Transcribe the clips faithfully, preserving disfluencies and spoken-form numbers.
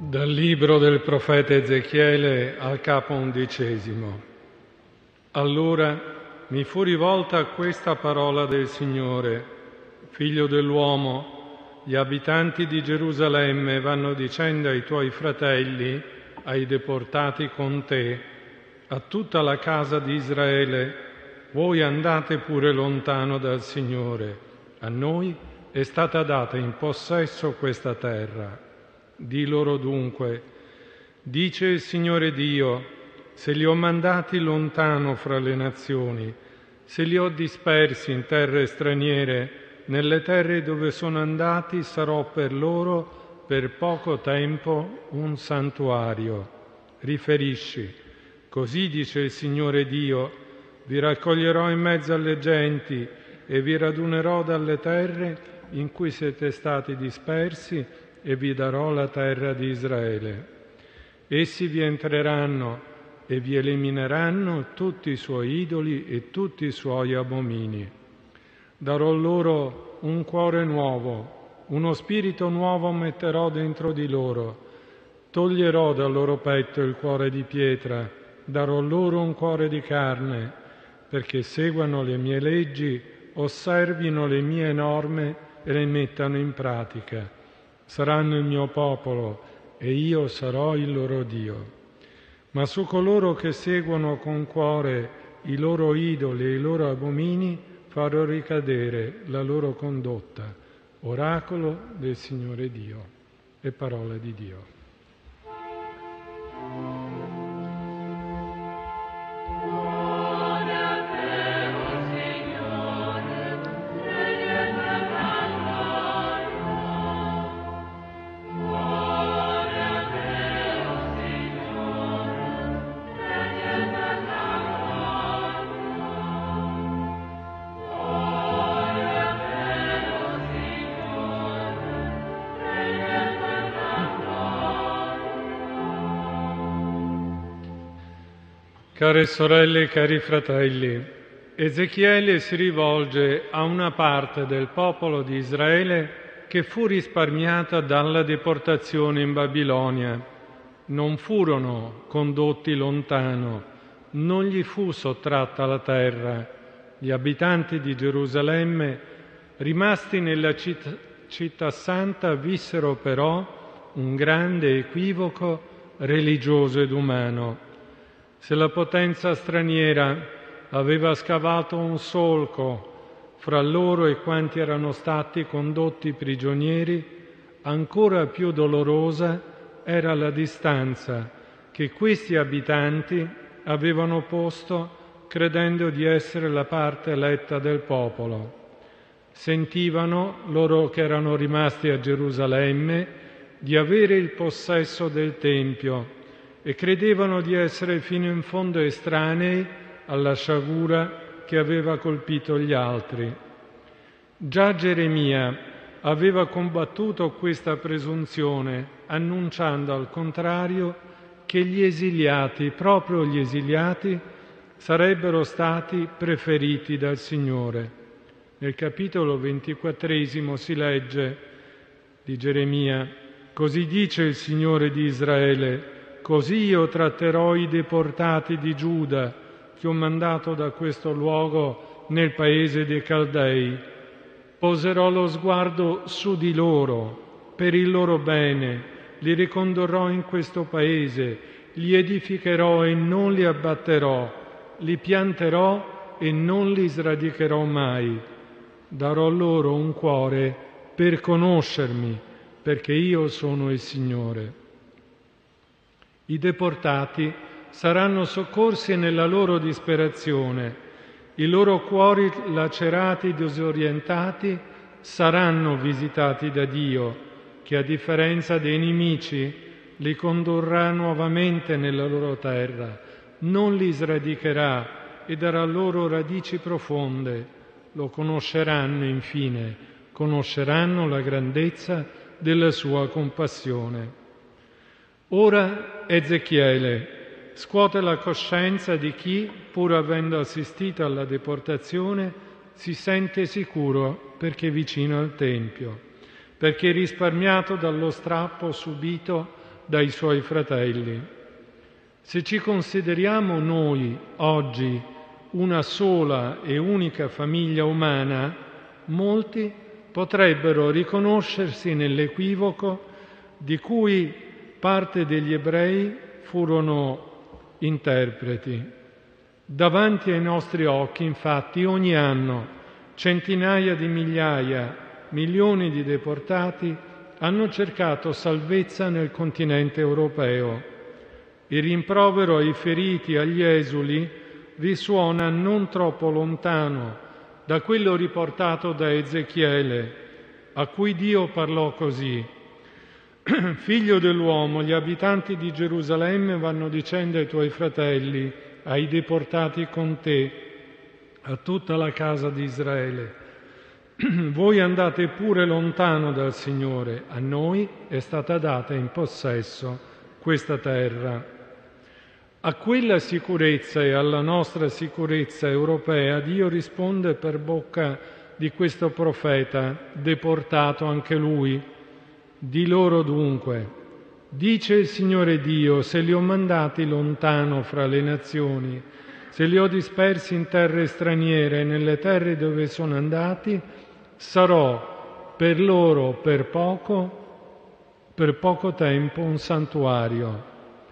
Dal libro del profeta Ezechiele al capo undicesimo. Allora mi fu rivolta questa parola del Signore: figlio dell'uomo, gli abitanti di Gerusalemme vanno dicendo ai tuoi fratelli, ai deportati con te, a tutta la casa di Israele: voi andate pure lontano dal Signore, a noi è stata data in possesso questa terra. Di loro dunque, dice il Signore Dio, se li ho mandati lontano fra le nazioni, se li ho dispersi in terre straniere, nelle terre dove sono andati sarò per loro per poco tempo un santuario. Riferisci, così dice il Signore Dio, vi raccoglierò in mezzo alle genti e vi radunerò dalle terre in cui siete stati dispersi e vi darò la terra di Israele. Essi vi entreranno e vi elimineranno tutti i suoi idoli e tutti i suoi abomini. Darò loro un cuore nuovo, uno spirito nuovo metterò dentro di loro. Toglierò dal loro petto il cuore di pietra, darò loro un cuore di carne, perché seguano le mie leggi, osservino le mie norme e le mettano in pratica. Saranno il mio popolo e io sarò il loro Dio. Ma su coloro che seguono con cuore i loro idoli e i loro abomini farò ricadere la loro condotta. Oracolo del Signore Dio e parola di Dio. Care sorelle e cari fratelli, Ezechiele si rivolge a una parte del popolo di Israele che fu risparmiata dalla deportazione in Babilonia. Non furono condotti lontano, non gli fu sottratta la terra. Gli abitanti di Gerusalemme, rimasti nella città, città santa, vissero però un grande equivoco religioso ed umano. Se la potenza straniera aveva scavato un solco fra loro e quanti erano stati condotti prigionieri, ancora più dolorosa era la distanza che questi abitanti avevano posto credendo di essere la parte eletta del popolo. Sentivano, loro che erano rimasti a Gerusalemme, di avere il possesso del Tempio e credevano di essere fino in fondo estranei alla sciagura che aveva colpito gli altri. Già Geremia aveva combattuto questa presunzione, annunciando al contrario che gli esiliati, proprio gli esiliati, sarebbero stati preferiti dal Signore. Nel capitolo ventiquattresimo si legge di Geremia: «Così dice il Signore di Israele, così io tratterò i deportati di Giuda, che ho mandato da questo luogo nel paese dei Caldei. Poserò lo sguardo su di loro, per il loro bene, li ricondurrò in questo paese, li edificherò e non li abbatterò, li pianterò e non li sradicherò mai. Darò loro un cuore per conoscermi, perché io sono il Signore». I deportati saranno soccorsi nella loro disperazione, i loro cuori lacerati e disorientati saranno visitati da Dio, che a differenza dei nemici li condurrà nuovamente nella loro terra, non li sradicherà e darà loro radici profonde. Lo conosceranno infine, conosceranno la grandezza della sua compassione. Ora Ezechiele scuote la coscienza di chi, pur avendo assistito alla deportazione, si sente sicuro perché è vicino al Tempio, perché risparmiato dallo strappo subito dai suoi fratelli. Se ci consideriamo noi oggi una sola e unica famiglia umana, molti potrebbero riconoscersi nell'equivoco di cui parte degli ebrei furono interpreti. Davanti ai nostri occhi, infatti, ogni anno centinaia di migliaia, milioni di deportati hanno cercato salvezza nel continente europeo. Il rimprovero ai feriti, agli esuli, risuona non troppo lontano da quello riportato da Ezechiele, a cui Dio parlò così: «Figlio dell'uomo, gli abitanti di Gerusalemme vanno dicendo ai tuoi fratelli, ai deportati con te, a tutta la casa di Israele: voi andate pure lontano dal Signore, a noi è stata data in possesso questa terra». A quella sicurezza e alla nostra sicurezza europea Dio risponde per bocca di questo profeta, deportato anche lui. Di loro dunque: dice il Signore Dio, se li ho mandati lontano fra le nazioni, se li ho dispersi in terre straniere, nelle terre dove sono andati, sarò per loro per poco, per poco tempo un santuario.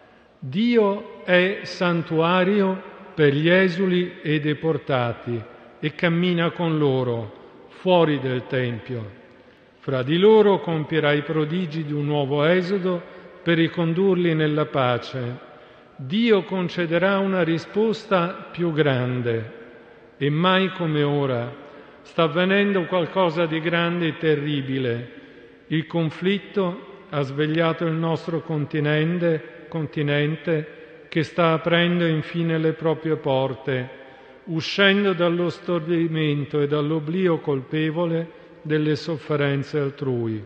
Dio è santuario per gli esuli e i deportati e cammina con loro fuori del Tempio. Fra di loro compierà i prodigi di un nuovo esodo per ricondurli nella pace. Dio concederà una risposta più grande e mai come ora sta avvenendo qualcosa di grande e terribile. Il conflitto ha svegliato il nostro continente continente che sta aprendo infine le proprie porte, uscendo dallo stordimento e dall'oblio colpevole delle sofferenze altrui.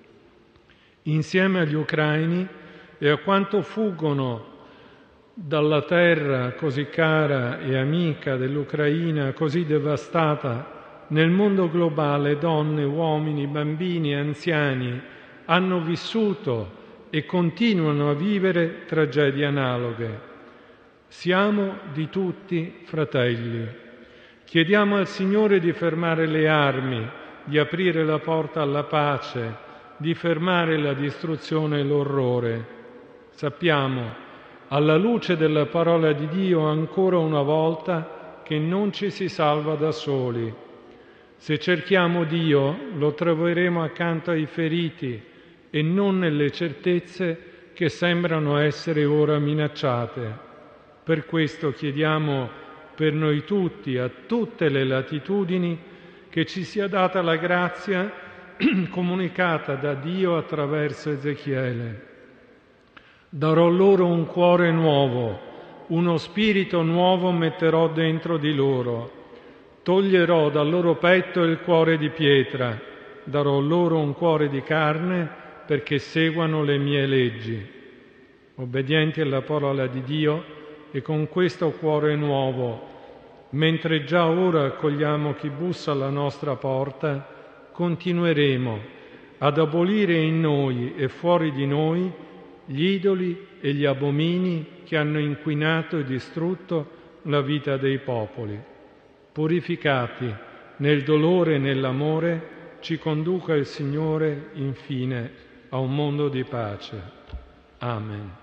Insieme agli ucraini e a quanto fuggono dalla terra così cara e amica dell'Ucraina, così devastata, nel mondo globale donne, uomini, bambini, anziani hanno vissuto e continuano a vivere tragedie analoghe. Siamo di tutti fratelli. Chiediamo al Signore di fermare le armi, di aprire la porta alla pace, di fermare la distruzione e l'orrore. Sappiamo, alla luce della parola di Dio, ancora una volta, che non ci si salva da soli. Se cerchiamo Dio, lo troveremo accanto ai feriti e non nelle certezze che sembrano essere ora minacciate. Per questo chiediamo per noi tutti, a tutte le latitudini, che ci sia data la grazia comunicata da Dio attraverso Ezechiele. Darò loro un cuore nuovo, uno spirito nuovo metterò dentro di loro. Toglierò dal loro petto il cuore di pietra, darò loro un cuore di carne, perché seguano le mie leggi. Obbedienti alla parola di Dio e con questo cuore nuovo, mentre già ora accogliamo chi bussa alla nostra porta, continueremo ad abolire in noi e fuori di noi gli idoli e gli abomini che hanno inquinato e distrutto la vita dei popoli. Purificati nel dolore e nell'amore, ci conduca il Signore infine a un mondo di pace. Amen.